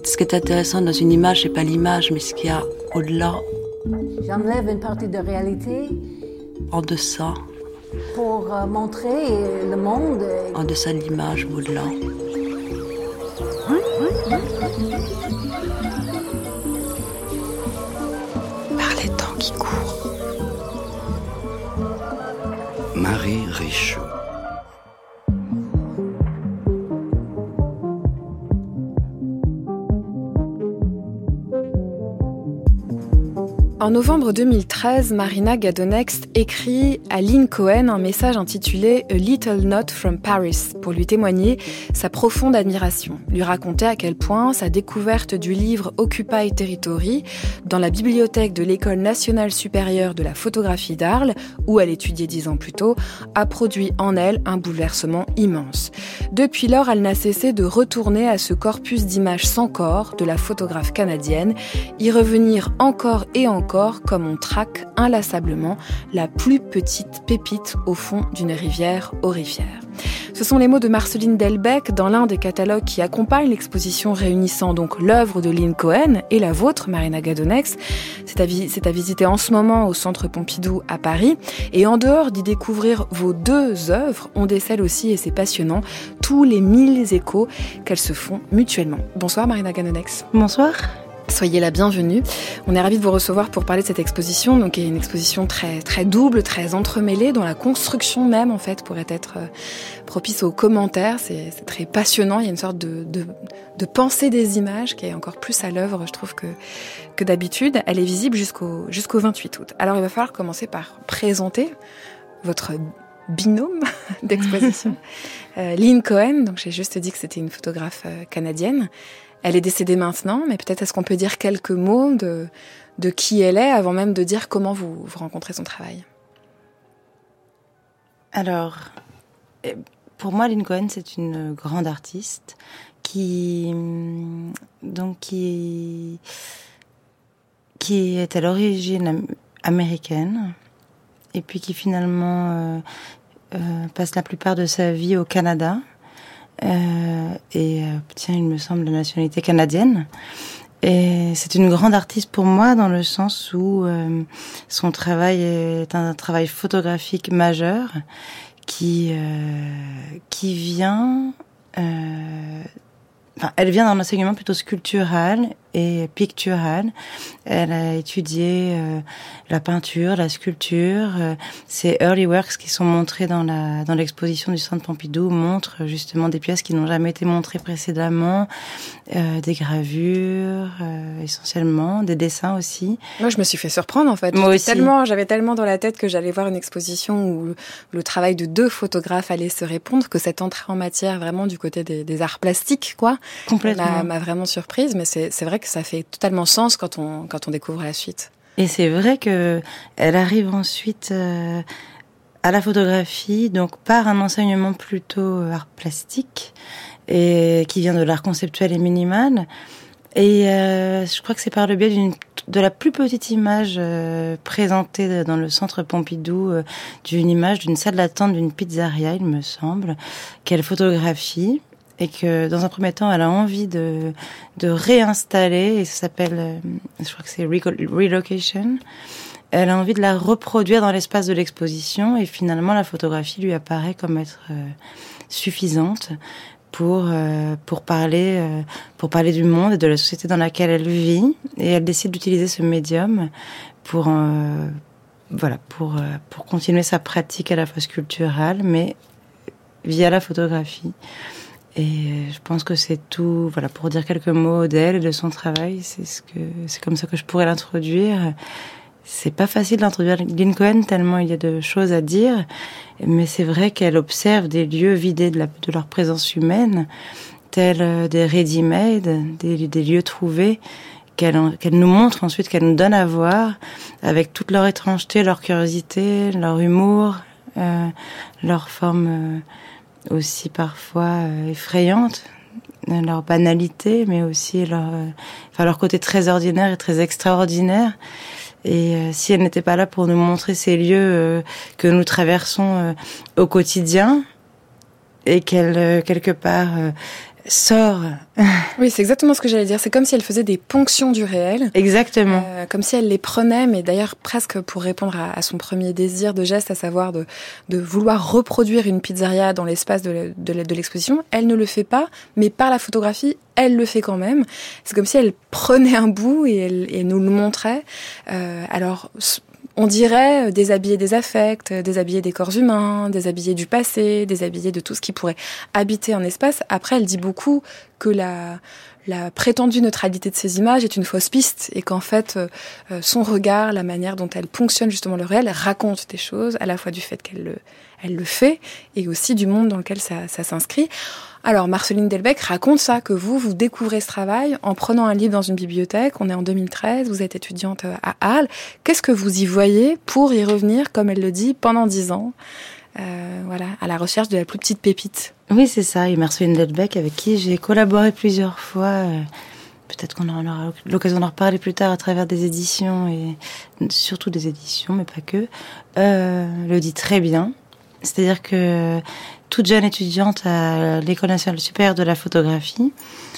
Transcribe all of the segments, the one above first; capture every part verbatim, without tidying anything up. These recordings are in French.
Ce qui est intéressant dans une image, c'est pas l'image, mais ce qu'il y a au-delà. J'enlève une partie de réalité. En deçà. Pour euh, montrer le monde. En deçà de l'image ou au-delà. Par les temps qui courent. Marie Richaud. En novembre deux mille treize, Marina Gadonext écrit à Lynn Cohen un message intitulé « A Little Note from Paris » pour lui témoigner sa profonde admiration, lui raconter à quel point sa découverte du livre « Occupy Territory » dans la bibliothèque de l'École nationale supérieure de la photographie d'Arles, où elle étudiait dix ans plus tôt, a produit en elle un bouleversement immense. Depuis lors, elle n'a cessé de retourner à ce corpus d'images sans corps de la photographe canadienne, y revenir encore et encore comme on traque inlassablement la plus petite pépite au fond d'une rivière aurifère. Ce sont les mots de Marceline Delbecq dans l'un des catalogues qui accompagnent l'exposition réunissant donc l'œuvre de Lynn Cohen et la vôtre, Marina Gadonext. C'est à, vi- c'est à visiter en ce moment au Centre Pompidou à Paris. Et en dehors d'y découvrir vos deux œuvres, on décèle aussi, et c'est passionnant, tous les mille échos qu'elles se font mutuellement. Bonsoir Marina Gadonext. Bonsoir. Soyez la bienvenue. On est ravis de vous recevoir pour parler de cette exposition, donc qui est une exposition très très double, très entremêlée, dont la construction même en fait pourrait être euh, propice aux commentaires. C'est, c'est très passionnant. Il y a une sorte de, de de pensée des images qui est encore plus à l'œuvre, je trouve, que que d'habitude. Elle est visible jusqu'au jusqu'au vingt-huit août. Alors il va falloir commencer par présenter votre binôme d'exposition, euh, Lynn Cohen. Donc j'ai juste dit que c'était une photographe euh, canadienne. Elle est décédée maintenant, mais peut-être est-ce qu'on peut dire quelques mots de, de qui elle est avant même de dire comment vous, vous rencontrez son travail. Alors, pour moi, Lynn Cohen, c'est une grande artiste qui, donc, qui, qui est à l'origine américaine et puis qui finalement euh, euh, passe la plupart de sa vie au Canada. Euh, et obtient, il me semble, la nationalité canadienne. Et c'est une grande artiste pour moi dans le sens où euh, son travail est un travail photographique majeur qui euh, qui vient, euh, enfin, elle vient d'un enseignement plutôt sculptural et pictural. Elle a étudié euh, la peinture, la sculpture. Euh, ces early works qui sont montrés dans la dans l'exposition du Centre Pompidou montrent justement des pièces qui n'ont jamais été montrées précédemment, euh, des gravures euh, essentiellement, des dessins aussi. Moi, je me suis fait surprendre en fait. Moi J'étais aussi. Tellement, j'avais tellement dans la tête que j'allais voir une exposition où le travail de deux photographes allait se répondre, que cette entrée en matière vraiment du côté des, des arts plastiques, quoi, Complètement. m'a, m'a vraiment surprise. Mais c'est, c'est vrai que ça fait totalement sens quand on quand on découvre la suite. Et c'est vrai que elle arrive ensuite euh, à la photographie, donc par un enseignement plutôt art plastique et qui vient de l'art conceptuel et minimal. Et euh, je crois que c'est par le biais d'une de la plus petite image euh, présentée dans le Centre Pompidou, euh, d'une image d'une salle d'attente d'une pizzeria, il me semble, qu'elle photographie. Et que dans un premier temps, elle a envie de de réinstaller, et ça s'appelle, euh, je crois que c'est relocation. Elle a envie de la reproduire dans l'espace de l'exposition, et finalement, la photographie lui apparaît comme être euh, suffisante pour euh, pour parler euh, pour parler du monde et de la société dans laquelle elle vit. Et elle décide d'utiliser ce médium pour euh, voilà pour euh, pour continuer sa pratique à la fois sculpturale, mais via la photographie. Et je pense que c'est tout, voilà, pour dire quelques mots d'elle et de son travail, c'est ce que, c'est comme ça que je pourrais l'introduire. C'est pas facile d'introduire Lynn Cohen tellement il y a de choses à dire, mais c'est vrai qu'elle observe des lieux vidés de, la, de leur présence humaine, tels des ready-made, des, des lieux trouvés, qu'elle, qu'elle nous montre ensuite, qu'elle nous donne à voir, avec toute leur étrangeté, leur curiosité, leur humour, euh, leur forme... Euh, aussi parfois euh, effrayantes, leur banalité, mais aussi leur, euh, enfin leur côté très ordinaire et très extraordinaire. Et euh, si elle n'était pas là pour nous montrer ces lieux euh, que nous traversons euh, au quotidien, et qu'elle, euh, quelque part, euh, sort. Oui, c'est exactement ce que j'allais dire. C'est comme si elle faisait des ponctions du réel. Exactement. Euh, comme si elle les prenait, mais d'ailleurs presque pour répondre à, à son premier désir de geste, à savoir de, de vouloir reproduire une pizzeria dans l'espace de, de, de l'exposition. Elle ne le fait pas, mais par la photographie, elle le fait quand même. C'est comme si elle prenait un bout et elle, et nous le montrait. Euh, alors... On dirait déshabiller des affects, déshabiller des corps humains, déshabiller du passé, déshabiller de tout ce qui pourrait habiter un espace. Après, elle dit beaucoup que la, la prétendue neutralité de ces images est une fausse piste et qu'en fait, euh, son regard, la manière dont elle ponctionne justement le réel, raconte des choses, à la fois du fait qu'elle le, elle le fait et aussi du monde dans lequel ça, ça s'inscrit. Alors, Marceline Delbecq raconte ça, que vous, vous découvrez ce travail en prenant un livre dans une bibliothèque. On est en deux mille treize, vous êtes étudiante à Halle. Qu'est-ce que vous y voyez pour y revenir, comme elle le dit, pendant dix ans, euh, voilà, à la recherche de la plus petite pépite? Oui, c'est ça. Et Marceline Delbecq, avec qui j'ai collaboré plusieurs fois. Euh, peut-être qu'on aura l'occasion d'en reparler plus tard à travers des éditions, et surtout des éditions, mais pas que, euh, le dit très bien. C'est-à-dire que toute jeune étudiante à l'École nationale supérieure de la photographie,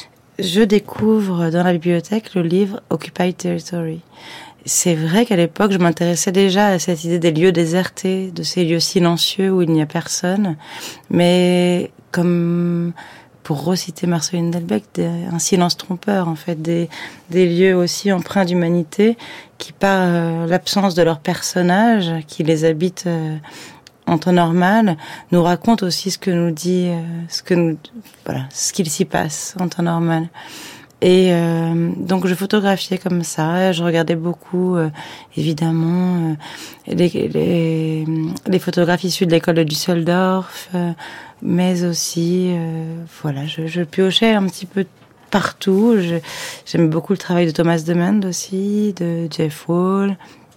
je découvre dans la bibliothèque le livre Occupied Territory. C'est vrai qu'à l'époque, je m'intéressais déjà à cette idée des lieux désertés, de ces lieux silencieux où il n'y a personne. Mais comme, pour reciter Marceline Delbecq, un silence trompeur, en fait, des, des lieux aussi empreints d'humanité qui, par euh, l'absence de leurs personnages, qui les habitent euh, en temps normal, nous raconte aussi ce que nous dit, euh, ce que nous, voilà, ce qu'il s'y passe en temps normal. Et euh, donc je photographiais comme ça, je regardais beaucoup, euh, évidemment, euh, les, les, les photographes issus de l'école de Düsseldorf, euh, mais aussi, euh, voilà, je, je piochais un petit peu partout. Je, j'aime beaucoup le travail de Thomas Demand aussi, de Jeff Wall,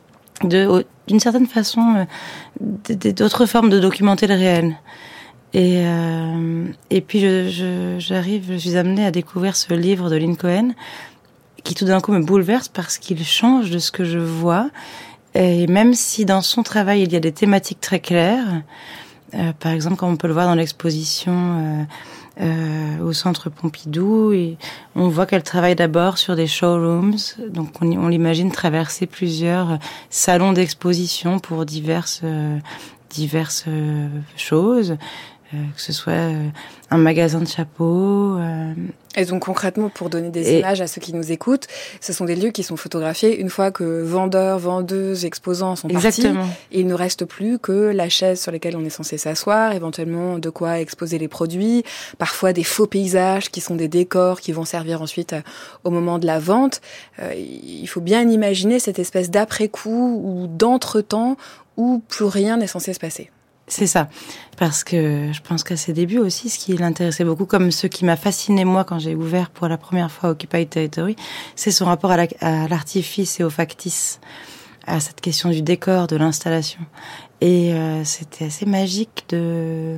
de, d'une certaine façon, euh, d'autres formes de documenter le réel. Et, euh, et puis je, je, j'arrive, je suis amenée à découvrir ce livre de Lynn Cohen qui tout d'un coup me bouleverse parce qu'il change de ce que je vois. Et même si dans son travail il y a des thématiques très claires, euh, par exemple comme on peut le voir dans l'exposition euh, euh, au Centre Pompidou, et on voit qu'elle travaille d'abord sur des showrooms, donc on, on l'imagine traverser plusieurs salons d'exposition pour diverses euh, diverses euh, choses. Euh, que ce soit euh, un magasin de chapeaux. Euh... Et donc concrètement, pour donner des et... images à ceux qui nous écoutent, ce sont des lieux qui sont photographiés une fois que vendeurs, vendeuses, exposants sont Exactement. partis. Et il ne reste plus que la chaise sur laquelle on est censé s'asseoir, éventuellement de quoi exposer les produits, parfois des faux paysages qui sont des décors qui vont servir ensuite euh, au moment de la vente. Euh, il faut bien imaginer cette espèce d'après-coup ou d'entretemps où plus rien n'est censé se passer. C'est ça, parce que je pense qu'à ses débuts aussi, ce qui l'intéressait beaucoup, comme ce qui m'a fasciné moi quand j'ai ouvert pour la première fois Occupied Territory, c'est son rapport à, la, à l'artifice et au factice, à cette question du décor, de l'installation. Et euh, c'était assez magique de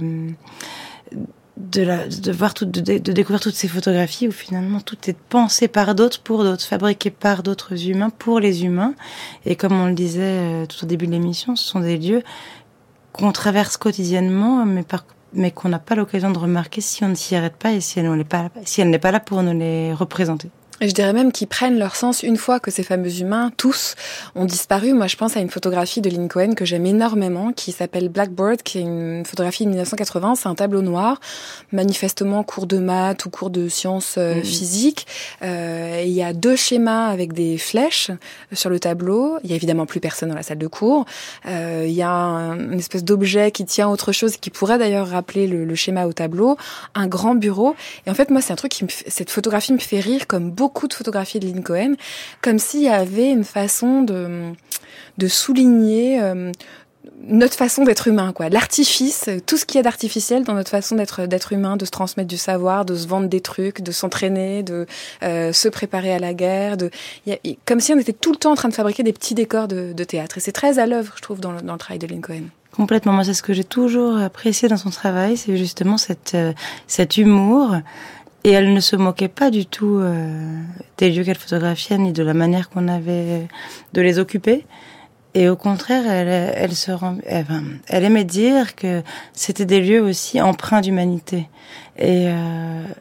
de, la, de voir tout, de, de découvrir toutes ces photographies où finalement tout est pensé par d'autres, pour d'autres, fabriqué par d'autres humains, pour les humains. Et comme on le disait euh, tout au début de l'émission, ce sont des lieux qu'on traverse quotidiennement, mais, par, mais qu'on n'a pas l'occasion de remarquer si on ne s'y arrête pas et si elle n'est pas, si elle n'est pas là pour nous les représenter. Et je dirais même qu'ils prennent leur sens une fois que ces fameux humains, tous, ont disparu. Moi, je pense à une photographie de Lynn Cohen que j'aime énormément, qui s'appelle Blackboard, qui est une photographie de dix-neuf cent quatre-vingts. C'est un tableau noir, manifestement cours de maths ou cours de sciences euh, mmh. physiques. Euh, il y a deux schémas avec des flèches sur le tableau. Il y a évidemment plus personne dans la salle de cours. Euh, il y a un, une espèce d'objet qui tient autre chose, qui pourrait d'ailleurs rappeler le, le schéma au tableau. Un grand bureau. Et en fait, moi, c'est un truc qui me fait, cette photographie me fait rire, comme beaucoup beaucoup de photographies de Lynn Cohen, comme s'il y avait une façon de, de souligner euh, notre façon d'être humain, quoi. L'artifice, tout ce qu'il y a d'artificiel dans notre façon d'être, d'être humain, de se transmettre du savoir, de se vendre des trucs, de s'entraîner, de euh, se préparer à la guerre, de, y a, y, comme si on était tout le temps en train de fabriquer des petits décors de, de théâtre. Et c'est très à l'œuvre, je trouve, dans le, dans le travail de Lynn Cohen. Complètement. Moi, c'est ce que j'ai toujours apprécié dans son travail, c'est justement cette, euh, cet humour. Et elle ne se moquait pas du tout euh, des lieux qu'elle photographiait ni de la manière qu'on avait de les occuper. Et au contraire, elle, elle se rend, elle, elle aimait dire que c'était des lieux aussi empreints d'humanité. Et, euh,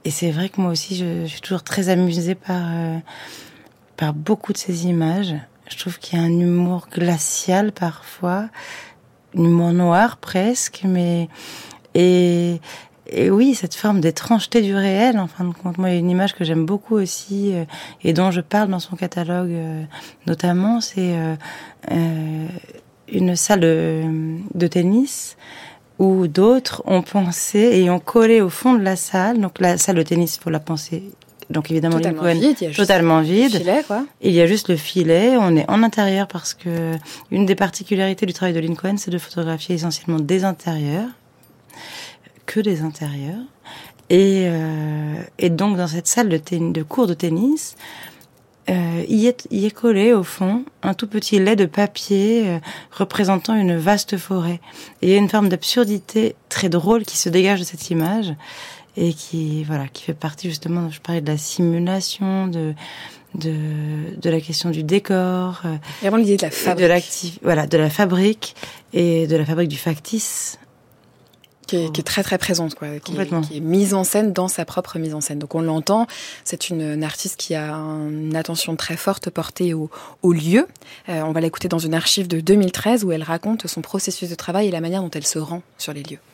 et c'est vrai que moi aussi, je, je suis toujours très amusée par, euh, par beaucoup de ces images. Je trouve qu'il y a un humour glacial parfois, un humour noir presque, mais et et oui, cette forme d'étrangeté du réel, en fin de compte. Moi, il y a une image que j'aime beaucoup aussi, euh, et dont je parle dans son catalogue, euh, notamment, c'est euh, euh, une salle de, de tennis où d'autres ont pensé et ont collé au fond de la salle. Donc la salle de tennis, il faut la penser. Donc évidemment, totalement Lincoln, vide, il y a totalement vide. Le filet, quoi. Il y a juste le filet. On est en intérieur parce que une des particularités du travail de Lincoln, c'est de photographier essentiellement des intérieurs. Que des intérieurs. Et, euh, et donc, dans cette salle de, ten- de cours de tennis, euh, y, est, y est collé, au fond, un tout petit lait de papier euh, représentant une vaste forêt. Et il y a une forme d'absurdité très drôle qui se dégage de cette image et qui, voilà, qui fait partie, justement, je parlais de la simulation, de... de de la question du décor, euh, vraiment l'idée de la fabrique, de l'actif, voilà, de la fabrique et de la fabrique du factice. Qui est, qui est très très présente, quoi, qui est, Complètement. qui est mise en scène dans sa propre mise en scène. Donc on l'entend, c'est une, une artiste qui a une attention très forte portée au, au lieu. Euh, on va l'écouter dans une archive de deux mille treize où elle raconte son processus de travail et la manière dont elle se rend sur les lieux.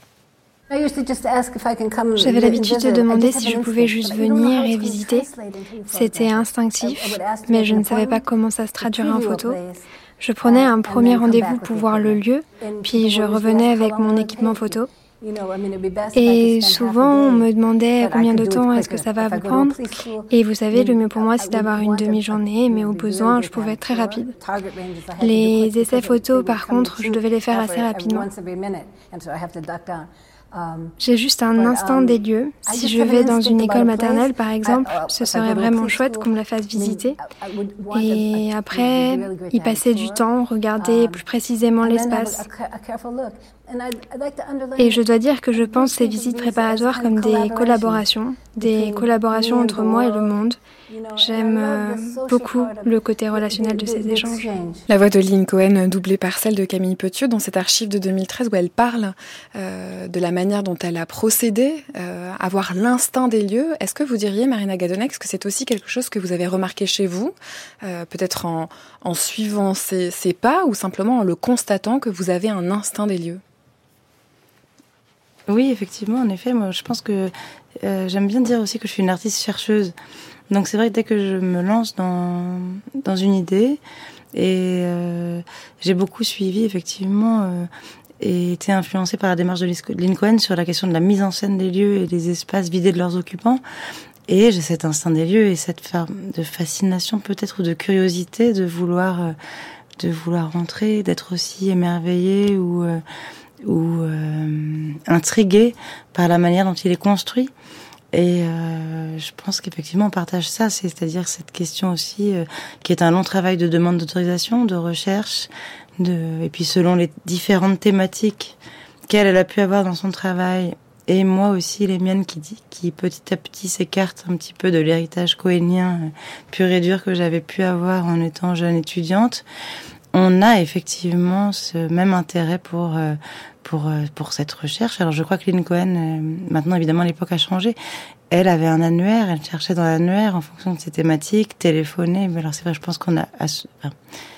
J'avais l'habitude de demander si je pouvais juste venir et visiter. C'était instinctif, mais je ne savais pas comment ça se traduirait en photo. Je prenais un premier rendez-vous pour voir le lieu, puis je revenais avec mon équipement photo. Et souvent, on me demandait combien de temps est-ce que ça va vous prendre. Et vous savez, le mieux pour moi, c'est d'avoir une demi-journée, mais au besoin, je pouvais être très rapide. Les essais photos, par contre, je devais les faire assez rapidement. J'ai juste un instinct des lieux. Si je vais dans une école maternelle, par exemple, ce serait vraiment chouette qu'on me la fasse visiter. Et après, y passer du temps, regarder plus précisément l'espace. Et je dois dire que je pense ces visites préparatoires comme des collaborations, des collaborations entre moi et le monde. J'aime euh, beaucoup le côté relationnel de ces échanges. La voix de Lynn Cohen, doublée par celle de Camille Petiot, dans cette archive de deux mille treize où elle parle euh, de la manière dont elle a procédé, euh, avoir l'instinct des lieux. Est-ce que vous diriez, Marina Gadonex, que c'est aussi quelque chose que vous avez remarqué chez vous, euh, peut-être en, en suivant ces, ces pas ou simplement en le constatant que vous avez un instinct des lieux ? Oui, effectivement, en effet, moi je pense que euh, j'aime bien dire aussi que je suis une artiste chercheuse. Donc c'est vrai que dès que je me lance dans dans une idée, et euh, j'ai beaucoup suivi effectivement euh, et été influencée par la démarche de Lynn Cohen sur la question de la mise en scène des lieux et des espaces vidés de leurs occupants. Et j'ai cet instinct des lieux et cette forme de fascination peut-être ou de curiosité de vouloir euh, de vouloir rentrer, d'être aussi émerveillée ou euh, ou euh, intriguée par la manière dont il est construit. Et euh, je pense qu'effectivement on partage ça, c'est-à-dire cette question aussi euh, qui est un long travail de demande d'autorisation, de recherche, de et puis selon les différentes thématiques qu'elle elle a pu avoir dans son travail et moi aussi les miennes qui qui petit à petit s'écartent un petit peu de l'héritage cohénien euh, pur et dur que j'avais pu avoir en étant jeune étudiante. On a effectivement ce même intérêt pour euh, pour euh, pour cette recherche. Alors je crois que Lynn Cohen, euh, maintenant évidemment l'époque a changé. Elle avait un annuaire, elle cherchait dans l'annuaire en fonction de ses thématiques, téléphonait. Mais alors c'est vrai, je pense qu'on a, enfin,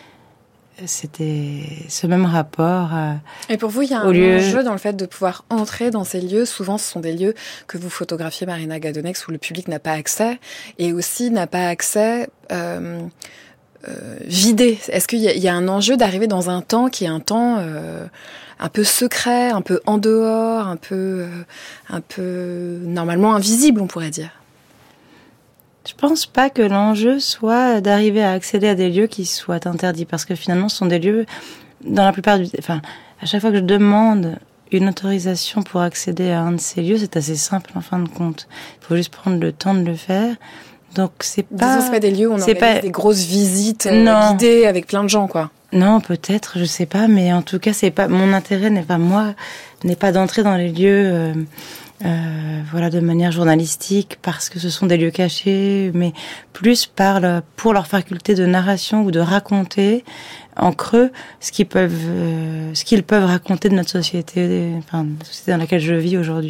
c'était ce même rapport. À, Et pour vous, il y a un lieu... enjeu dans le fait de pouvoir entrer dans ces lieux. Souvent, ce sont des lieux que vous photographiez, Marina Gadonex, où le public n'a pas accès et aussi n'a pas accès. Euh, Euh, vidé. Est-ce qu'il y a, il y a un enjeu d'arriver dans un temps qui est un temps euh, un peu secret, un peu en dehors, un peu, euh, un peu normalement invisible, on pourrait dire? Je pense pas que l'enjeu soit d'arriver à accéder à des lieux qui soient interdits, parce que finalement, ce sont des lieux, dans la plupart du, enfin, à chaque fois que je demande une autorisation pour accéder à un de ces lieux, c'est assez simple en fin de compte. Il faut juste prendre le temps de le faire. Donc c'est pas. Disons, c'est pas des lieux où on c'est organise pas des grosses visites non. guidées avec plein de gens, quoi. Non, peut-être, je sais pas, mais en tout cas, c'est pas mon intérêt n'est pas moi, n'est pas d'entrer dans les lieux, euh, euh, voilà, de manière journalistique, parce que ce sont des lieux cachés, mais plus par le, pour leur faculté de narration ou de raconter en creux ce qu'ils peuvent, euh, ce qu'ils peuvent raconter de notre société, enfin, la société dans laquelle je vis aujourd'hui.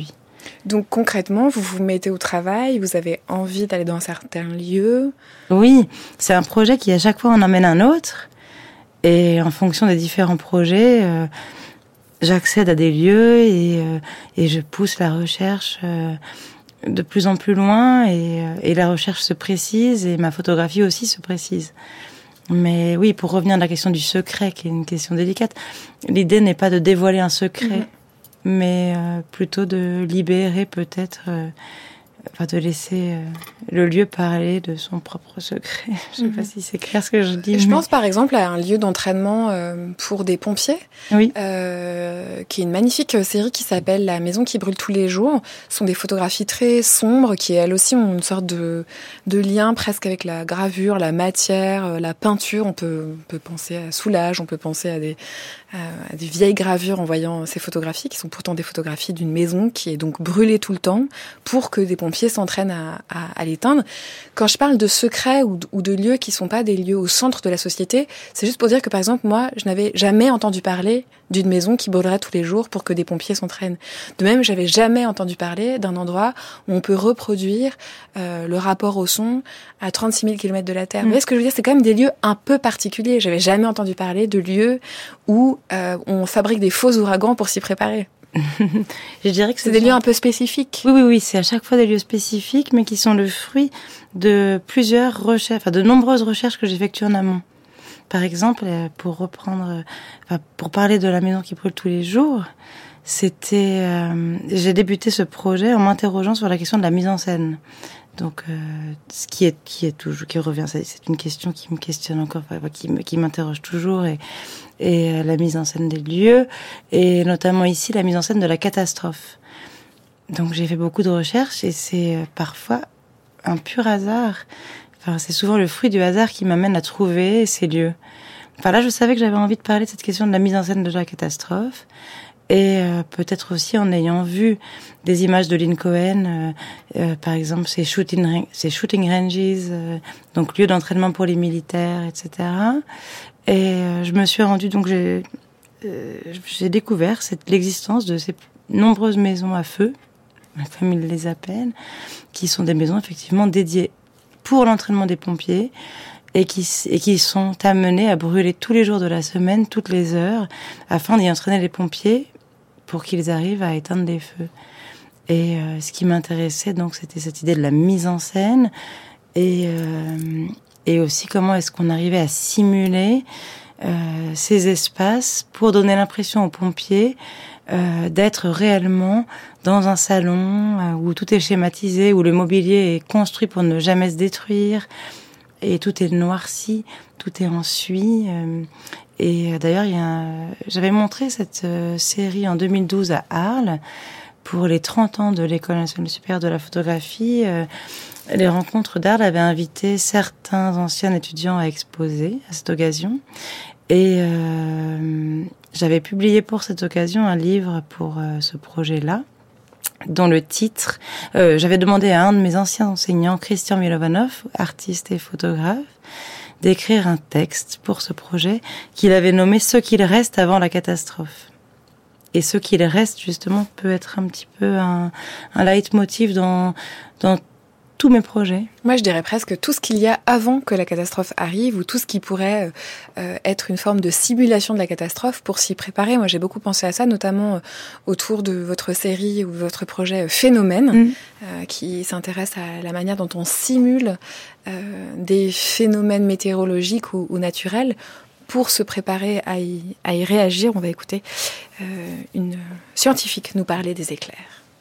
Donc concrètement, vous vous mettez au travail, vous avez envie d'aller dans certains lieux. Oui, c'est un projet qui à chaque fois en amène un autre. Et en fonction des différents projets, euh, j'accède à des lieux et, euh, et je pousse la recherche euh, de plus en plus loin. Et, euh, et la recherche se précise et ma photographie aussi se précise. Mais oui, pour revenir à la question du secret, qui est une question délicate, l'idée n'est pas de dévoiler un secret, mmh. mais euh, plutôt de libérer peut-être... Euh, Enfin, de laisser euh, le lieu parler de son propre secret. Je sais mmh. pas si c'est clair ce que je dis. Je mais... pense par exemple à un lieu d'entraînement euh, pour des pompiers, oui. euh, qui est une magnifique série qui s'appelle La maison qui brûle tous les jours. Ce sont des photographies très sombres qui elles aussi ont une sorte de, de lien presque avec la gravure, la matière, la peinture. On peut, on peut penser à Soulages, on peut penser à des, à des vieilles gravures en voyant ces photographies qui sont pourtant des photographies d'une maison qui est donc brûlée tout le temps pour que des pompiers s'entraînent à, à, à l'éteindre. Quand je parle de secrets ou de, ou de lieux qui sont pas des lieux au centre de la société, c'est juste pour dire que par exemple moi je n'avais jamais entendu parler d'une maison qui brûlerait tous les jours pour que des pompiers s'entraînent. De même, j'avais jamais entendu parler d'un endroit où on peut reproduire euh, le rapport au son à trente-six mille kilomètres de la Terre. Mmh. Vous voyez ce que je veux dire ? C'est quand même des lieux un peu particuliers. J'avais jamais entendu parler de lieux où euh, on fabrique des faux ouragans pour s'y préparer. Je dirais que c'est des lieux un peu spécifiques. Oui, oui, oui, c'est à chaque fois des lieux spécifiques, mais qui sont le fruit de plusieurs recherches, enfin de nombreuses recherches que j'effectue en amont. Par exemple, pour reprendre, enfin, pour parler de la maison qui brûle tous les jours, c'était, euh, j'ai débuté ce projet en m'interrogeant sur la question de la mise en scène. Donc, euh, ce qui est, qui est toujours, qui revient, c'est une question qui me questionne encore, enfin, qui, qui m'interroge toujours, et, et la mise en scène des lieux, et notamment ici la mise en scène de la catastrophe. Donc, j'ai fait beaucoup de recherches, et c'est parfois un pur hasard. Enfin, c'est souvent le fruit du hasard qui m'amène à trouver ces lieux. Enfin, là, je savais que j'avais envie de parler de cette question de la mise en scène de la catastrophe. Et euh, peut-être aussi en ayant vu des images de Lynn Cohen, euh, euh, par exemple, ces shooting, ces shooting ranges, euh, donc lieux d'entraînement pour les militaires, et cetera. Et euh, je me suis rendue, donc j'ai, euh, j'ai découvert cette, l'existence de ces nombreuses maisons à feu, comme ils les appellent, qui sont des maisons effectivement dédiées pour l'entraînement des pompiers, et qui, et qui sont amenés à brûler tous les jours de la semaine, toutes les heures, afin d'y entraîner les pompiers pour qu'ils arrivent à éteindre les feux. Et euh, ce qui m'intéressait, donc, c'était cette idée de la mise en scène, et, euh, et aussi comment est-ce qu'on arrivait à simuler euh, ces espaces pour donner l'impression aux pompiers euh, d'être réellement dans un salon euh, où tout est schématisé, où le mobilier est construit pour ne jamais se détruire, et tout est noirci, tout est en suie. Euh, et d'ailleurs, il y a un... j'avais montré cette euh, série en deux mille douze à Arles pour les trente ans de l'École nationale supérieure de la photographie. Euh, les rencontres d'Arles avaient invité certains anciens étudiants à exposer à cette occasion. Et euh, j'avais publié pour cette occasion un livre pour euh, ce projet-là, dont le titre, euh, j'avais demandé à un de mes anciens enseignants, Christian Milovanov, artiste et photographe, d'écrire un texte pour ce projet qu'il avait nommé « Ce qu'il reste avant la catastrophe ». Et ce qu'il reste, justement, peut être un petit peu un, un leitmotiv dans, dans tous mes projets. Moi, je dirais presque tout ce qu'il y a avant que la catastrophe arrive, ou tout ce qui pourrait euh, être une forme de simulation de la catastrophe pour s'y préparer. Moi, j'ai beaucoup pensé à ça, notamment euh, autour de votre série ou votre projet Phénomène, mmh. euh, qui s'intéresse à la manière dont on simule euh, des phénomènes météorologiques ou, ou naturels pour se préparer à y, à y réagir. On va écouter euh, une scientifique nous parler des éclairs.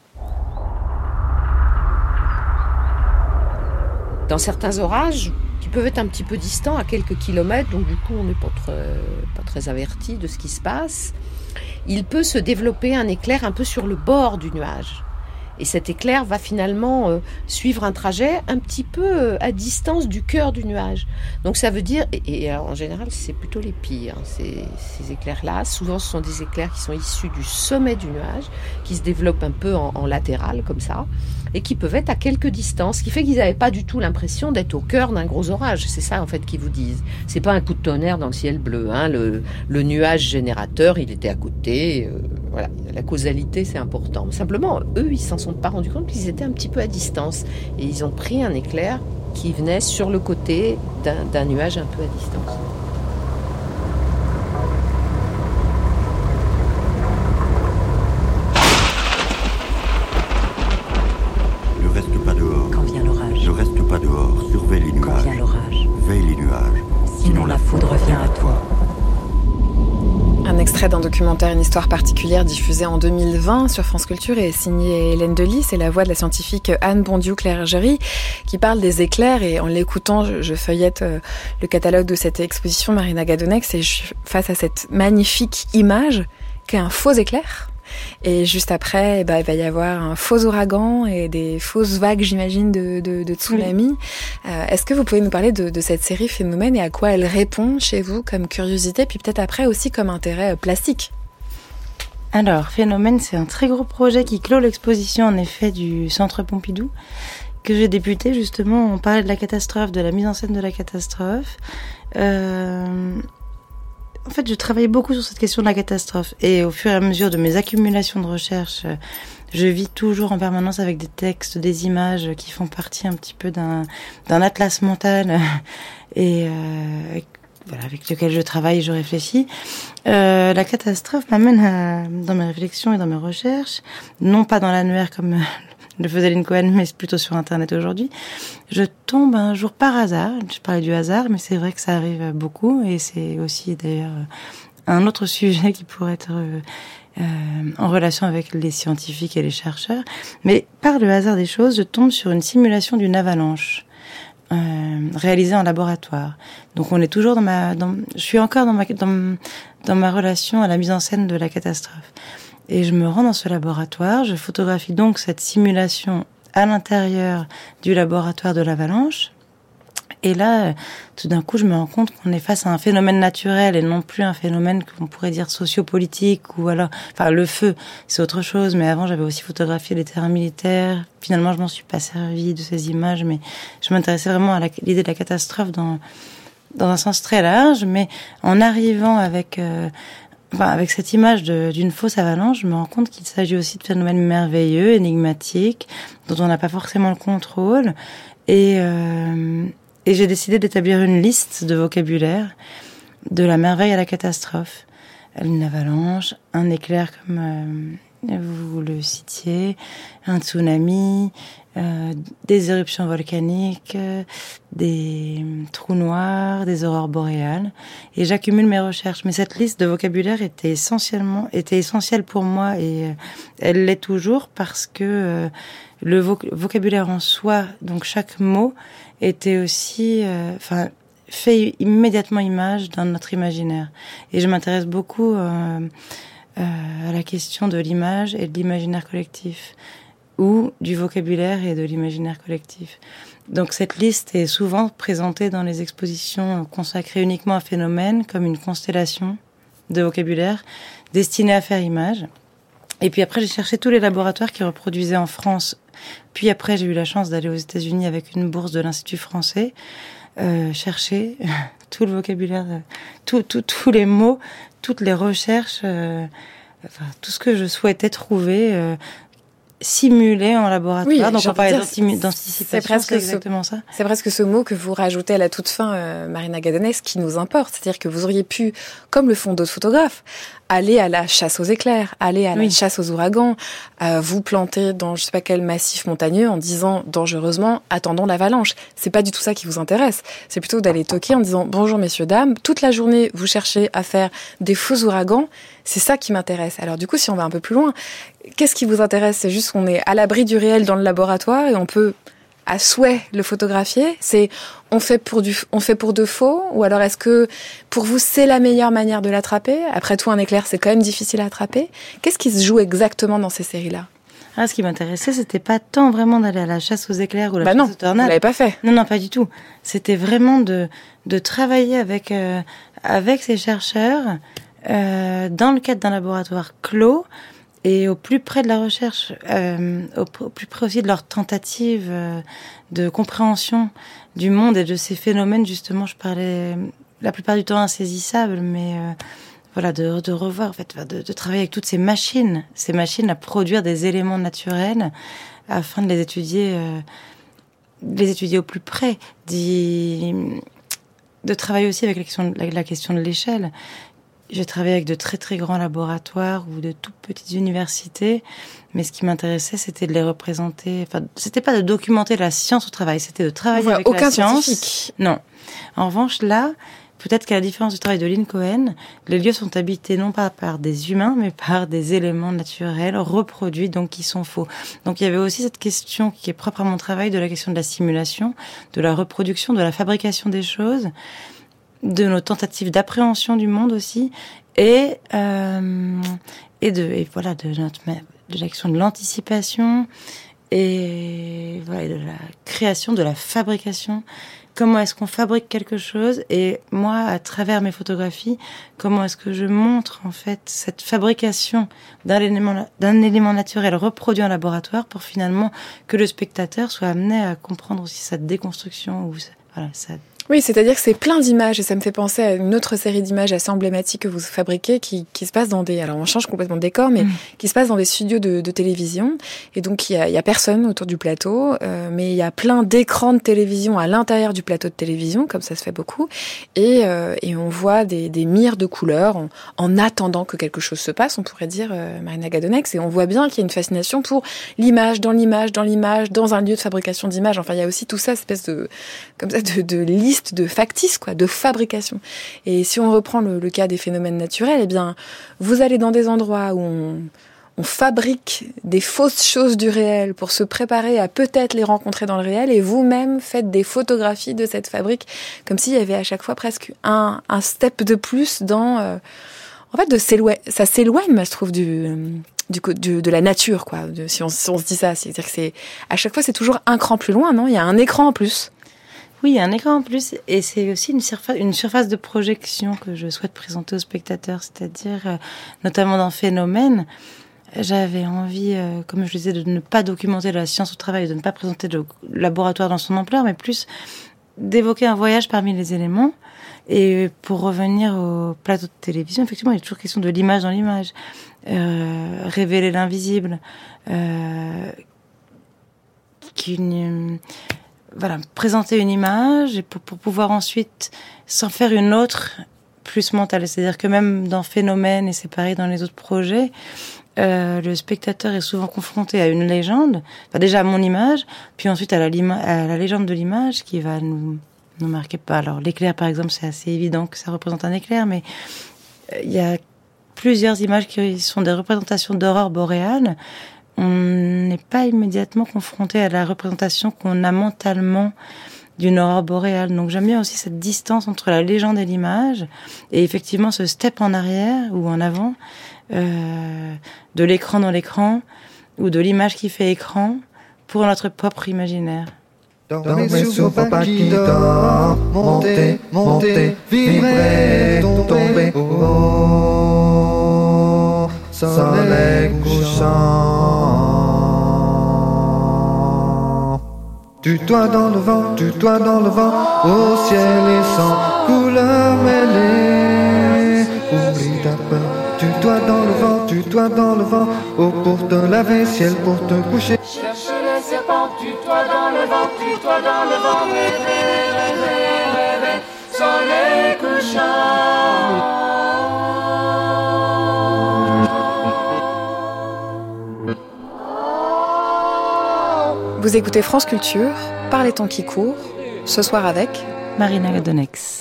Dans certains orages, qui peuvent être un petit peu distants, à quelques kilomètres, donc du coup on n'est pas très, pas très averti de ce qui se passe, il peut se développer un éclair un peu sur le bord du nuage. Et cet éclair va finalement euh, suivre un trajet un petit peu euh, à distance du cœur du nuage. Donc ça veut dire, et, et alors, en général c'est plutôt les pires, hein, ces, ces éclairs-là. Souvent ce sont des éclairs qui sont issus du sommet du nuage, qui se développent un peu en, en latéral comme ça, et qui peuvent être à quelques distances, ce qui fait qu'ils n'avaient pas du tout l'impression d'être au cœur d'un gros orage. C'est ça en fait qu'ils vous disent. C'est pas un coup de tonnerre dans le ciel bleu. Hein. Le, le nuage générateur, il était à côté. Euh, voilà, la causalité c'est important. Simplement, eux, ils s'en sont pas rendus compte qu'ils étaient un petit peu à distance. Et ils ont pris un éclair qui venait sur le côté d'un, d'un nuage un peu à distance. Ne reste pas dehors. Quand vient l'orage. Ne reste pas dehors. Surveille les nuages. Quand vient l'orage. Veille les nuages. Sinon la foudre vient à toi. Un extrait d'un documentaire Une histoire particulière diffusé en deux mille vingt sur France Culture et signé Hélène Delis. C'est la voix de la scientifique Anne Bondiou-Clergerie qui parle des éclairs. Et en l'écoutant, je, je feuillette euh, le catalogue de cette exposition Marina Gadonex et je suis face à cette magnifique image qu'est un faux éclair. Et juste après, eh ben, il va y avoir un faux ouragan et des fausses vagues, j'imagine, de, de, de tsunami. Oui. Euh, est-ce que vous pouvez nous parler de, de cette série Phénomène et à quoi elle répond chez vous comme curiosité, puis peut-être après aussi comme intérêt plastique? Alors, Phénomène, c'est un très gros projet qui clôt l'exposition, en effet, du Centre Pompidou, que j'ai débuté, justement. On parlait de la catastrophe, de la mise en scène de la catastrophe. Euh... En fait, je travaillais beaucoup sur cette question de la catastrophe. Et au fur et à mesure de mes accumulations de recherche, je vis toujours en permanence avec des textes, des images qui font partie un petit peu d'un, d'un atlas mental et euh, voilà, avec lequel je travaille et je réfléchis. Euh, la catastrophe m'amène à, dans mes réflexions et dans mes recherches, non pas dans l'annuaire comme le faisait Lynn Cohen, mais c'est plutôt sur Internet aujourd'hui. Je tombe un jour par hasard, je parlais du hasard, mais c'est vrai que ça arrive beaucoup, et c'est aussi d'ailleurs un autre sujet qui pourrait être euh, euh, en relation avec les scientifiques et les chercheurs. Mais par le hasard des choses, je tombe sur une simulation d'une avalanche euh, réalisée en laboratoire. Donc on est toujours dans ma, dans, je suis encore dans ma, dans, dans ma relation à la mise en scène de la catastrophe. Et je me rends dans ce laboratoire, je photographie donc cette simulation à l'intérieur du laboratoire de l'avalanche. Et là, tout d'un coup, je me rends compte qu'on est face à un phénomène naturel et non plus un phénomène qu'on pourrait dire sociopolitique ou alors, enfin, le feu, c'est autre chose. Mais avant, j'avais aussi photographié les terrains militaires. Finalement, je m'en suis pas servi de ces images, mais je m'intéressais vraiment à la, l'idée de la catastrophe dans, dans un sens très large. Mais en arrivant avec, euh, Enfin, avec cette image de, d'une fausse avalanche, je me rends compte qu'il s'agit aussi de phénomènes merveilleux, énigmatiques, dont on n'a pas forcément le contrôle. Et, euh, et j'ai décidé d'établir une liste de vocabulaire de la merveille à la catastrophe. Une avalanche, un éclair comme euh, vous le citiez, un tsunami, euh, des éruptions volcaniques, euh, des trous noirs, des aurores boréales, et j'accumule mes recherches. Mais cette liste de vocabulaire était essentiellement, était essentielle pour moi, et euh, elle l'est toujours parce que euh, le voc- vocabulaire en soi, donc chaque mot, était aussi, enfin, euh, fait immédiatement image dans notre imaginaire. Et je m'intéresse beaucoup euh, euh, à la question de l'image et de l'imaginaire collectif, ou du vocabulaire et de l'imaginaire collectif. Donc cette liste est souvent présentée dans les expositions consacrées uniquement à Phénomène comme une constellation de vocabulaire destinée à faire image. Et puis après, j'ai cherché tous les laboratoires qui reproduisaient en France. Puis après, j'ai eu la chance d'aller aux États-Unis avec une bourse de l'Institut français, euh, chercher tout le vocabulaire, tout, tout, tous les mots, toutes les recherches, euh, enfin, tout ce que je souhaitais trouver, euh, simulé en laboratoire. Oui, donc on parlait d'anticipation, c'est presque c'est exactement ce, ça. C'est presque ce mot que vous rajoutez à la toute fin, euh, Marina Gadonex, qui nous importe. C'est-à-dire que vous auriez pu, comme le font d'autres photographes, aller à la chasse aux éclairs, aller à la oui. chasse aux ouragans, euh, vous planter dans je sais pas quel massif montagneux en disant dangereusement attendons l'avalanche. C'est pas du tout ça qui vous intéresse. C'est plutôt d'aller toquer en disant bonjour messieurs dames, toute la journée vous cherchez à faire des faux ouragans, c'est ça qui m'intéresse. Alors du coup, si on va un peu plus loin, qu'est-ce qui vous intéresse? C'est juste qu'on est à l'abri du réel dans le laboratoire et on peut à souhait le photographier. C'est on fait pour du on fait pour de faux, ou alors est-ce que pour vous c'est la meilleure manière de l'attraper? Après tout, un éclair c'est quand même difficile à attraper. Qu'est-ce qui se joue exactement dans ces séries-là? Ah, ce qui m'intéressait, c'était pas tant vraiment d'aller à la chasse aux éclairs ou la bah chasse non, aux tornades. Vous l'avez pas fait. Non, non, pas du tout. C'était vraiment de de travailler avec euh, avec ces chercheurs euh, dans le cadre d'un laboratoire clos. Et au plus près de la recherche, euh, au, au plus près aussi de leur tentative euh, de compréhension du monde et de ces phénomènes, justement, je parlais la plupart du temps insaisissables, mais euh, voilà, de, de revoir, en fait, de, de travailler avec toutes ces machines, ces machines à produire des éléments naturels afin de les étudier, euh, de les étudier au plus près, d'y, de travailler aussi avec la question, la, la question de l'échelle. J'ai travaillé avec de très très grands laboratoires ou de toutes petites universités, mais ce qui m'intéressait, c'était de les représenter. Enfin, c'était pas de documenter la science au travail, c'était de travailler ouais, avec aucun la science. Scientifique. Non. En revanche, là, peut-être qu'à la différence du travail de Lynn Cohen, les lieux sont habités non pas par des humains, mais par des éléments naturels reproduits, donc qui sont faux. Donc il y avait aussi cette question qui est propre à mon travail, de la question de la simulation, de la reproduction, de la fabrication des choses, de nos tentatives d'appréhension du monde aussi, et euh, et de et voilà de notre de l'action de l'anticipation et voilà et de la création, de la fabrication. Comment est-ce qu'on fabrique quelque chose? Et moi, à travers mes photographies, comment est-ce que je montre en fait cette fabrication d'un élément d'un élément naturel reproduit en laboratoire pour finalement que le spectateur soit amené à comprendre aussi sa déconstruction ou voilà ça. Oui, c'est-à-dire que c'est plein d'images et ça me fait penser à une autre série d'images assez emblématiques que vous fabriquez qui, qui se passe dans des... Alors on change complètement de décor, mais mmh. qui se passe dans des studios de, de télévision. Et donc il y a, il y a personne autour du plateau, euh, mais il y a plein d'écrans de télévision à l'intérieur du plateau de télévision, comme ça se fait beaucoup. Et, euh, et on voit des, des mires de couleurs en, en attendant que quelque chose se passe, on pourrait dire, euh, Marina Gadonex. Et on voit bien qu'il y a une fascination pour l'image, dans l'image, dans l'image, dans un lieu de fabrication d'images. Enfin, il y a aussi tout ça, espèce de... comme ça, de, de liste de factice, quoi, de fabrication. Et si on reprend le, le cas des phénomènes naturels, eh bien, vous allez dans des endroits où on, on fabrique des fausses choses du réel pour se préparer à peut-être les rencontrer dans le réel, et vous-même faites des photographies de cette fabrique, comme s'il y avait à chaque fois presque un, un step de plus dans... Euh, en fait, de s'éloigner, ça s'éloigne, je trouve, du... Du, du, de la nature, quoi. De, si, on, si on se dit ça, c'est-à-dire que c'est à chaque fois c'est toujours un cran plus loin, non? Il y a un écran en plus. Oui, il y a un écran en plus, et c'est aussi une surface, une surface de projection que je souhaite présenter aux spectateurs, c'est-à-dire euh, notamment dans Phénomène. J'avais envie, euh, comme je le disais, de ne pas documenter la science au travail, de ne pas présenter le laboratoire dans son ampleur, mais plus d'évoquer un voyage parmi les éléments. Et pour revenir au plateau de télévision, effectivement, il y a toujours question de l'image dans l'image. Euh, révéler l'invisible, euh, qu'une, voilà, présenter une image et pour, pour pouvoir ensuite s'en faire une autre plus mentale. C'est-à-dire que même dans Phénomène, et c'est pareil dans les autres projets, euh, le spectateur est souvent confronté à une légende, enfin déjà à mon image, puis ensuite à la, lima- à la légende de l'image qui va nous, nous marquer pas. Alors l'éclair, par exemple, c'est assez évident que ça représente un éclair, mais il y a plusieurs images qui sont des représentations d'aurore boréale. On n'est pas immédiatement confronté à la représentation qu'on a mentalement d'une aurore boréale. Donc j'aime bien aussi cette distance entre la légende et l'image, et effectivement ce step en arrière ou en avant, euh, de l'écran dans l'écran, ou de l'image qui fait écran, pour notre propre imaginaire. Dormez sur vos pas qui dort, montez, montez, vibrez, tombez, oh, soleil couchant. Tue-toi dans le vent, tue-toi dans le vent, au ciel et sans couleur mêlée. Oublie ta peur, tue-toi dans le vent, tue-toi dans le vent, oh, pour te laver, ciel pour te coucher. Cherche les serpents, tue-toi dans le vent, tue-toi dans le vent, rêvez, rêvez, rêvez, soleil couchant. Vous écoutez France Culture, par les temps qui courent, ce soir avec Marina Gadonex.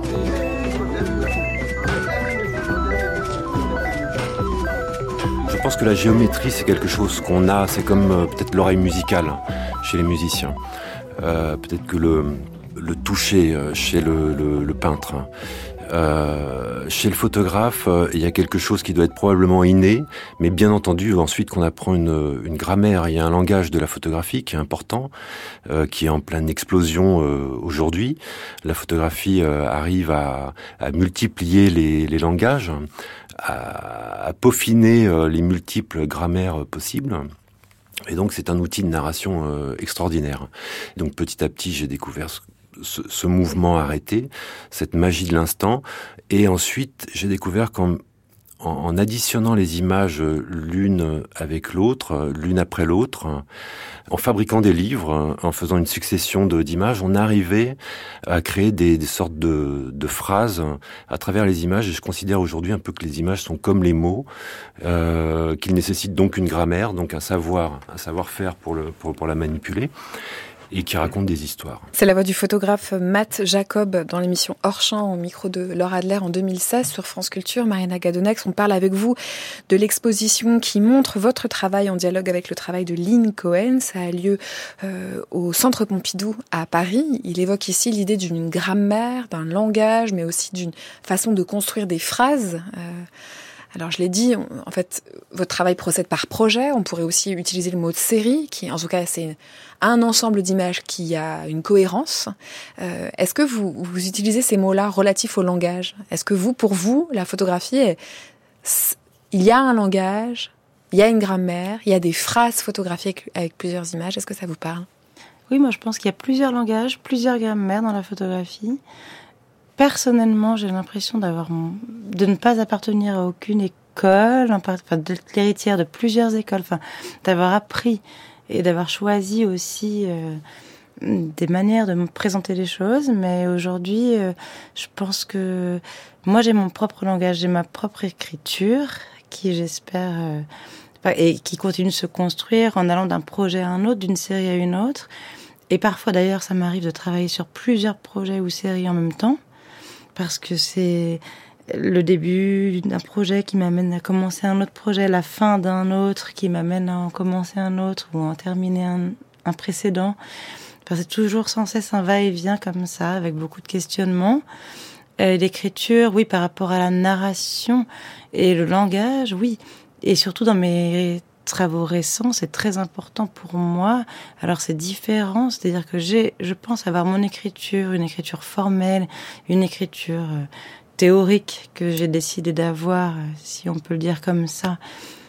Je pense que la géométrie, c'est quelque chose qu'on a, c'est comme euh, peut-être l'oreille musicale chez les musiciens. Euh, peut-être que le, le toucher euh, chez le, le, le peintre. Euh, chez le photographe, euh, il y a quelque chose qui doit être probablement inné, mais bien entendu, ensuite qu'on apprend une, une grammaire, il y a un langage de la photographie qui est important, euh, qui est en pleine explosion euh, aujourd'hui. La photographie euh, arrive à, à multiplier les, les langages, à, à peaufiner euh, les multiples grammaires possibles. Et donc c'est un outil de narration euh, extraordinaire. Donc petit à petit, j'ai découvert ce Ce, ce mouvement arrêté, cette magie de l'instant. Et ensuite, j'ai découvert qu'en en, en additionnant les images l'une avec l'autre, l'une après l'autre, en fabriquant des livres, en faisant une succession de, d'images, on arrivait à créer des, des sortes de, de phrases à travers les images. Et je considère aujourd'hui un peu que les images sont comme les mots, euh, qu'ils nécessitent donc une grammaire, donc un savoir, un savoir-faire pour, le, pour, pour la manipuler. Et qui raconte des histoires. C'est la voix du photographe Matt Jacob dans l'émission Hors Champ au micro de Laure Adler en deux mille seize sur France Culture. Marina Gadonex, on parle avec vous de l'exposition qui montre votre travail en dialogue avec le travail de Lynn Cohen. Ça a lieu euh, au Centre Pompidou à Paris. Il évoque ici l'idée d'une grammaire, d'un langage, mais aussi d'une façon de construire des phrases. Euh, Alors je l'ai dit, en fait, votre travail procède par projet. On pourrait aussi utiliser le mot de série, qui en tout cas c'est un ensemble d'images qui a une cohérence. Euh, est-ce que vous, vous utilisez ces mots-là relatifs au langage ? Est-ce que vous, pour vous, la photographie, est, il y a un langage, il y a une grammaire, il y a des phrases photographiques avec plusieurs images. Est-ce que ça vous parle ? Oui, moi je pense qu'il y a plusieurs langages, plusieurs grammaires dans la photographie. Personnellement, j'ai l'impression d'avoir, de ne pas appartenir à aucune école, enfin, d'être l'héritière de plusieurs écoles, enfin, d'avoir appris et d'avoir choisi aussi euh, des manières de me présenter les choses. Mais aujourd'hui, euh, je pense que moi, j'ai mon propre langage, j'ai ma propre écriture, qui j'espère, euh, et qui continue de se construire en allant d'un projet à un autre, d'une série à une autre. Et parfois, d'ailleurs, ça m'arrive de travailler sur plusieurs projets ou séries en même temps. Parce que c'est le début d'un projet qui m'amène à commencer un autre projet, la fin d'un autre qui m'amène à en commencer un autre ou à en terminer un, un précédent. Enfin, c'est toujours sans cesse un va-et-vient comme ça, avec beaucoup de questionnements. Et l'écriture, oui, par rapport à la narration et le langage, oui. Et surtout dans mes travaux récents, c'est très important pour moi. Alors c'est différent, c'est-à-dire que j'ai, je pense avoir mon écriture, une écriture formelle, une écriture euh, théorique que j'ai décidé d'avoir, si on peut le dire comme ça,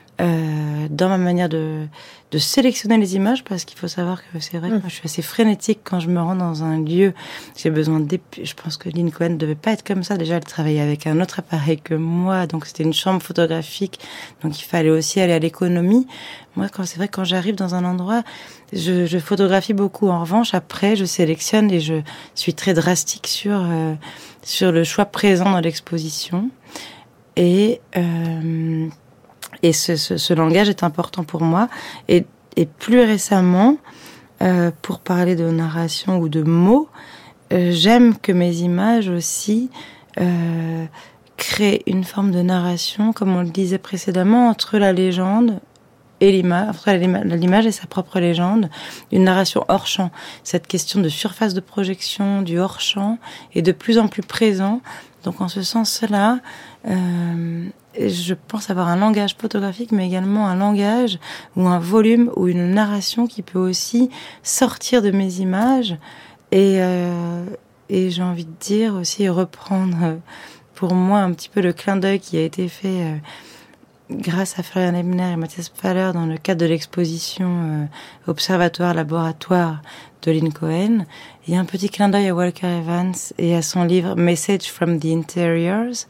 euh, dans ma manière de, de sélectionner les images, parce qu'il faut savoir que c'est vrai que moi, je suis assez frénétique quand je me rends dans un lieu. J'ai besoin de... Je pense que Lynn Cohen ne devait pas être comme ça. Déjà, elle travaillait avec un autre appareil que moi, donc c'était une chambre photographique, donc il fallait aussi aller à l'économie. Moi, quand, c'est vrai que quand j'arrive dans un endroit, je, je photographie beaucoup. En revanche, après, je sélectionne et je suis très drastique sur, euh, sur le choix présent dans l'exposition. Et... Euh, Et ce, ce, ce langage est important pour moi. Et, et plus récemment, euh, pour parler de narration ou de mots, euh, j'aime que mes images aussi euh, créent une forme de narration, comme on le disait précédemment, entre la légende et l'image, entre l'image et sa propre légende, une narration hors champ. Cette question de surface de projection, du hors champ, est de plus en plus présent. Donc en ce sens-là, euh, je pense avoir un langage photographique, mais également un langage ou un volume ou une narration qui peut aussi sortir de mes images et, euh, et j'ai envie de dire aussi reprendre euh, pour moi un petit peu le clin d'œil qui a été fait euh, grâce à Florian Ebner et Mathias Faller dans le cadre de l'exposition euh, Observatoire Laboratoire de Lynn Cohen. Il y a un petit clin d'œil à Walker Evans et à son livre Message from the Interiors.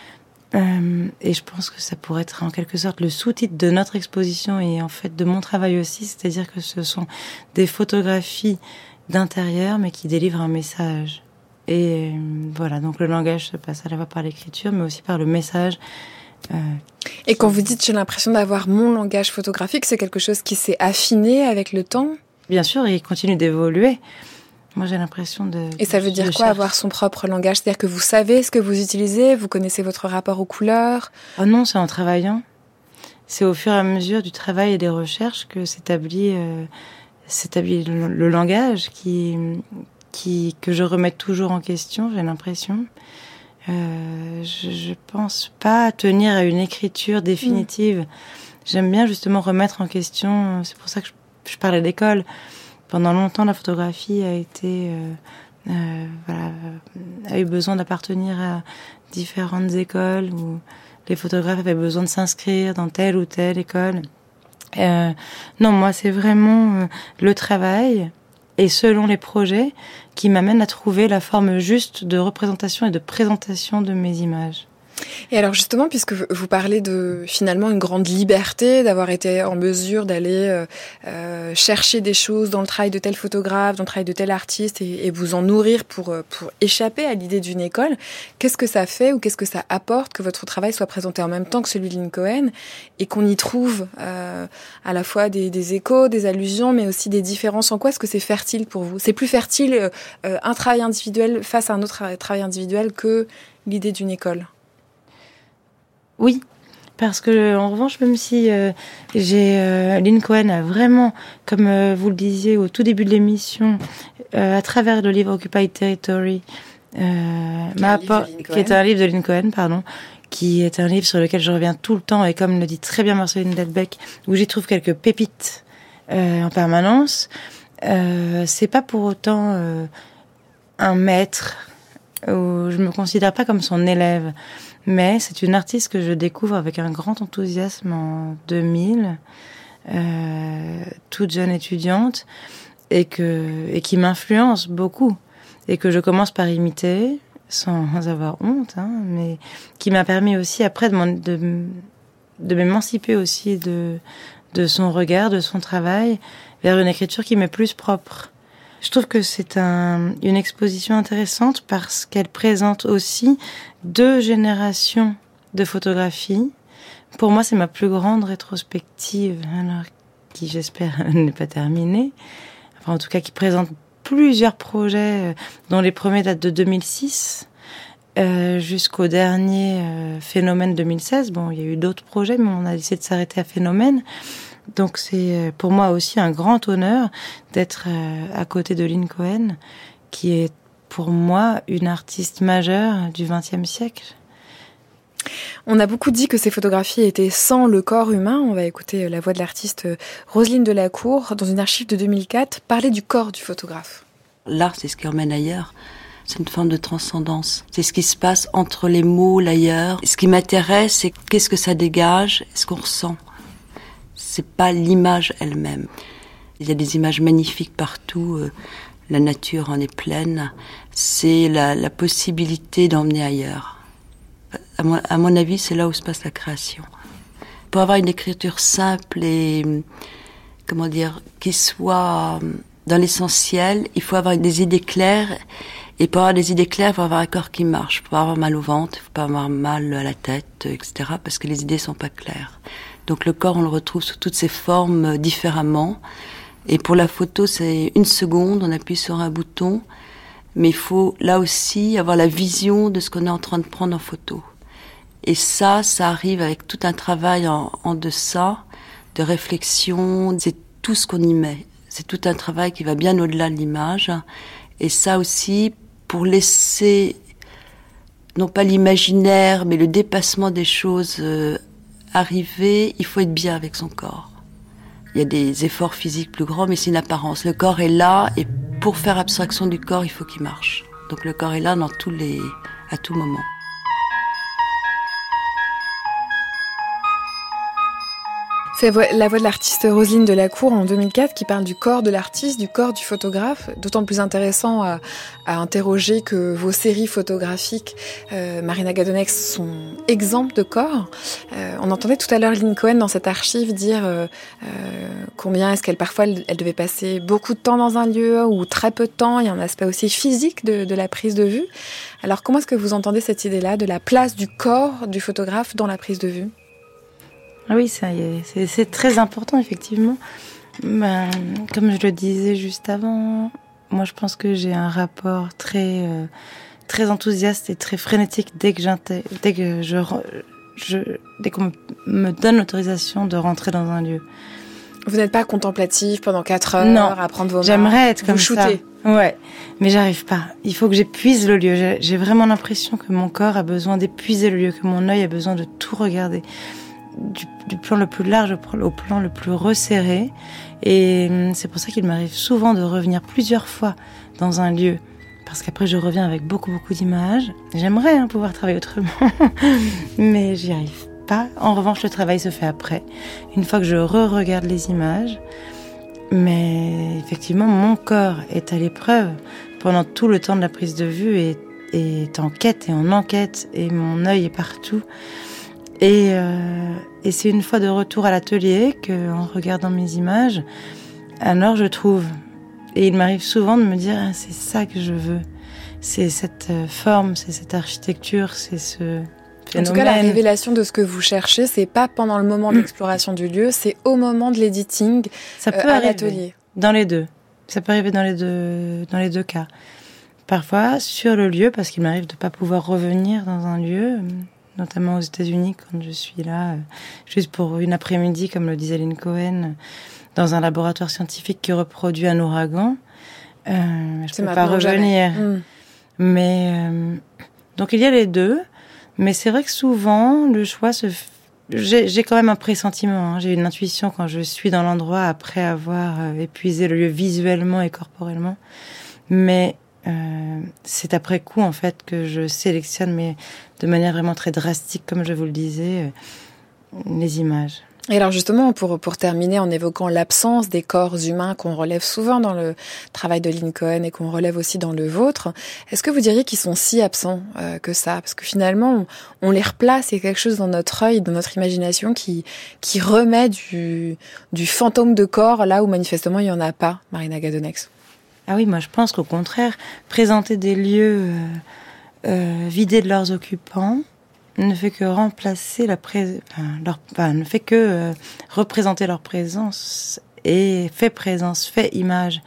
Euh, et je pense que ça pourrait être en quelque sorte le sous-titre de notre exposition et en fait de mon travail aussi, c'est-à-dire que ce sont des photographies d'intérieur mais qui délivrent un message. Et euh, voilà, donc le langage se passe à la fois par l'écriture mais aussi par le message. Euh, et quand vous dites j'ai l'impression d'avoir mon langage photographique, c'est quelque chose qui s'est affiné avec le temps ? Bien sûr, il continue d'évoluer. Moi, j'ai l'impression de... Et ça veut dire quoi, avoir son propre langage ? C'est-à-dire que vous savez ce que vous utilisez, vous connaissez votre rapport aux couleurs ? Oh non, c'est en travaillant. c'est au fur et à mesure du travail et des recherches que s'établit, euh, s'établit le, le langage qui, qui, que je remets toujours en question, j'ai l'impression. Euh, je, je pense pas tenir à une écriture définitive. Mmh. J'aime bien justement remettre en question, c'est pour ça que je, je parlais d'école. Pendant longtemps, la photographie a été, euh, euh, voilà, a eu besoin d'appartenir à différentes écoles où les photographes avaient besoin de s'inscrire dans telle ou telle école. Euh, non, moi, c'est vraiment euh, le travail et selon les projets qui m'amènent à trouver la forme juste de représentation et de présentation de mes images. Et alors justement, puisque vous parlez de finalement une grande liberté, d'avoir été en mesure d'aller euh, euh, chercher des choses dans le travail de tel photographe, dans le travail de tel artiste et, et vous en nourrir pour, pour échapper à l'idée d'une école, qu'est-ce que ça fait ou qu'est-ce que ça apporte que votre travail soit présenté en même temps que celui de Lynn Cohen et qu'on y trouve euh, à la fois des, des échos, des allusions, mais aussi des différences? En quoi est-ce que c'est fertile pour vous? C'est plus fertile euh, un travail individuel face à un autre travail individuel que l'idée d'une école? Oui, parce que en revanche, même si euh, j'ai euh, Lynn Cohen a vraiment, comme euh, vous le disiez au tout début de l'émission, euh, à travers le livre Occupied Territory, euh, m'a apport- qui est un livre de Lynn Cohen, pardon, qui est un livre sur lequel je reviens tout le temps et comme le dit très bien Marceline Delbecq, où j'y trouve quelques pépites euh, en permanence. Euh, c'est pas pour autant euh, un maître, où je me considère pas comme son élève. Mais c'est une artiste que je découvre avec un grand enthousiasme en deux mille, euh, toute jeune étudiante, et que et qui m'influence beaucoup, et que je commence par imiter, sans avoir honte, hein, mais qui m'a permis aussi après de, de, de m'émanciper aussi de, de son regard, de son travail, vers une écriture qui m'est plus propre. Je trouve que c'est un, une exposition intéressante parce qu'elle présente aussi deux générations de photographies. Pour moi, c'est ma plus grande rétrospective, alors qui, j'espère, n'est pas terminée. Enfin, en tout cas, qui présente plusieurs projets dont les premiers datent de deux mille six euh, jusqu'au dernier euh, Phénomène deux mille seize. Bon, il y a eu d'autres projets, mais on a décidé de s'arrêter à Phénomène. Donc c'est pour moi aussi un grand honneur d'être à côté de Lynn Cohen, qui est pour moi une artiste majeure du vingtième siècle. On a beaucoup dit que ces photographies étaient sans le corps humain. On va écouter la voix de l'artiste Roselyne Delacour, dans une archive de deux mille quatre, parler du corps du photographe. L'art, c'est ce qui emmène ailleurs. C'est une forme de transcendance. C'est ce qui se passe entre les mots, l'ailleurs. Ce qui m'intéresse, c'est qu'est-ce que ça dégage, ce qu'on ressent. C'est pas l'image elle-même. Il y a des images magnifiques partout, euh, la nature en est pleine. C'est la, la possibilité d'emmener ailleurs. À mon, à mon avis, c'est là où se passe la création. Pour avoir une écriture simple et, comment dire, qui soit dans l'essentiel, il faut avoir des idées claires. Et pour avoir des idées claires, il faut avoir un corps qui marche. Il faut pas avoir mal au ventre, il faut pas avoir mal à la tête, et cetera, parce que les idées sont pas claires. Donc le corps, on le retrouve sous toutes ses formes différemment. Et pour la photo, c'est une seconde, on appuie sur un bouton. Mais il faut, là aussi, avoir la vision de ce qu'on est en train de prendre en photo. Et ça, ça arrive avec tout un travail en, en deçà, de réflexion. C'est tout ce qu'on y met. C'est tout un travail qui va bien au-delà de l'image. Et ça aussi, pour laisser, non pas l'imaginaire, mais le dépassement des choses euh, arriver, il faut être bien avec son corps. Il y a des efforts physiques plus grands, mais c'est une apparence. Le corps est là, et pour faire abstraction du corps, il faut qu'il marche. Donc le corps est là dans tous les, à tout moment. C'est la voix de l'artiste Roselyne Delacour en deux mille quatre qui parle du corps de l'artiste, du corps du photographe. D'autant plus intéressant à, à interroger que vos séries photographiques, euh, Marina Gadonex, sont exemples de corps. Euh, on entendait tout à l'heure Lynn Cohen dans cette archive dire euh, euh, combien est-ce qu'elle parfois elle, elle devait passer beaucoup de temps dans un lieu ou très peu de temps. Il y a un aspect aussi physique de, de la prise de vue. Alors comment est-ce que vous entendez cette idée-là de la place du corps du photographe dans la prise de vue ? Ah oui, ça y est, c'est, c'est très important, effectivement. Ben, comme je le disais juste avant, moi je pense que j'ai un rapport très, euh, très enthousiaste et très frénétique dès que, dès que je, je, dès qu'on me donne l'autorisation de rentrer dans un lieu. Vous n'êtes pas contemplatif pendant quatre heures non, à prendre vos marques. J'aimerais être comme vous shootez. ça. Ouais, mais j'arrive pas. Il faut que j'épuise le lieu. J'ai, j'ai vraiment l'impression que mon corps a besoin d'épuiser le lieu, que mon œil a besoin de tout regarder. Du, du plan le plus large au plan le plus resserré. Et c'est pour ça qu'il m'arrive souvent de revenir plusieurs fois dans un lieu. Parce qu'après, je reviens avec beaucoup, beaucoup d'images. J'aimerais hein, pouvoir travailler autrement, mais j'y arrive pas. En revanche, le travail se fait après, une fois que je re-regarde les images. Mais effectivement, mon corps est à l'épreuve pendant tout le temps de la prise de vue et est en quête et en enquête, et mon œil est partout. Et, euh, et c'est une fois de retour à l'atelier qu'en regardant mes images, alors je trouve. Et il m'arrive souvent de me dire ah, c'est ça que je veux, c'est cette forme, c'est cette architecture, c'est ce phénomène. En tout cas, la révélation de ce que vous cherchez, c'est pas pendant le moment d'exploration du lieu, c'est au moment de l'editing ça peut euh, à arriver l'atelier. Dans les deux, ça peut arriver dans les deux, dans les deux cas. Parfois sur le lieu, parce qu'il m'arrive de pas pouvoir revenir dans un lieu, notamment aux États-Unis quand je suis là, juste pour une après-midi, comme le disait Lynn Cohen, dans un laboratoire scientifique qui reproduit un ouragan. Euh, je ne peux pas revenir. Mmh. Mais euh, donc il y a les deux. Mais c'est vrai que souvent, le choix se fait... J'ai, j'ai quand même un pressentiment. Hein. J'ai une intuition quand je suis dans l'endroit après avoir euh, épuisé le lieu visuellement et corporellement. Mais euh, c'est après coup, en fait, que je sélectionne, mais de manière vraiment très drastique, comme je vous le disais, euh, les images. Et alors justement, pour, pour terminer en évoquant l'absence des corps humains qu'on relève souvent dans le travail de Lynn Cohen et qu'on relève aussi dans le vôtre, est-ce que vous diriez qu'ils sont si absents euh, que ça ? Parce que finalement, on, on les replace, il y a quelque chose dans notre œil, dans notre imagination qui, qui remet du, du fantôme de corps là où manifestement il n'y en a pas, Marina Gadonex. Ah oui, moi je pense qu'au contraire, présenter des lieux euh, euh, vidés de leurs occupants, ne fait que remplacer la pré... enfin, leur... enfin, ne fait que euh, représenter leur présence et fait présence, fait image.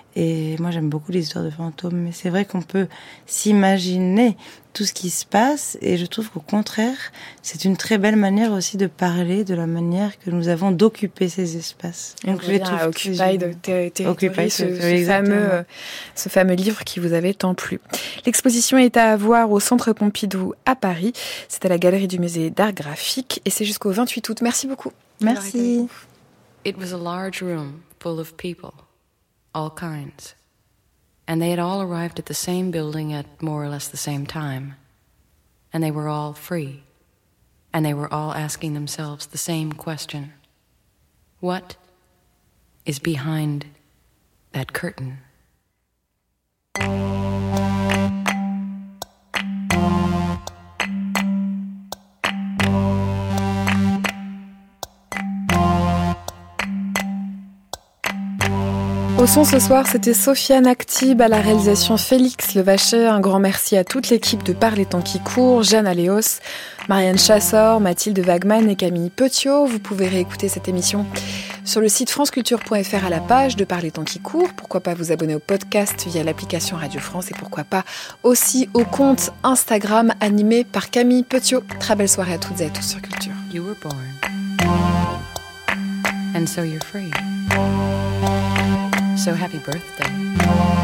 Et moi j'aime beaucoup les histoires de fantômes, mais c'est vrai qu'on peut s'imaginer tout ce qui se passe, et je trouve qu'au contraire c'est une très belle manière aussi de parler de la manière que nous avons d'occuper ces espaces. Donc je trouve à Occupy de Territory, ce, ce fameux euh, ce fameux livre qui vous avait tant plu. L'exposition est à voir au Centre Pompidou à Paris. C'est à la Galerie du Musée d'Art Graphique et c'est jusqu'au vingt-huit août. Merci beaucoup. Merci. It was a large room full of people, all kinds. And they had all arrived at the same building at more or less the same time. And they were all free. And they were all asking themselves the same question. What is behind that curtain? Au son ce soir, c'était Sofiane Aktib à la réalisation, Félix Levacher. Un grand merci à toute l'équipe de Par les temps qui courent, Jeanne Aléos, Marianne Chassor, Mathilde Wagman et Camille Petiot. Vous pouvez réécouter cette émission sur le site franceculture point f r à la page de Par les temps qui courent. Pourquoi pas vous abonner au podcast via l'application Radio France et pourquoi pas aussi au compte Instagram animé par Camille Petiot. Très belle soirée à toutes et à tous sur Culture. You were born, and so you're free. So happy birthday.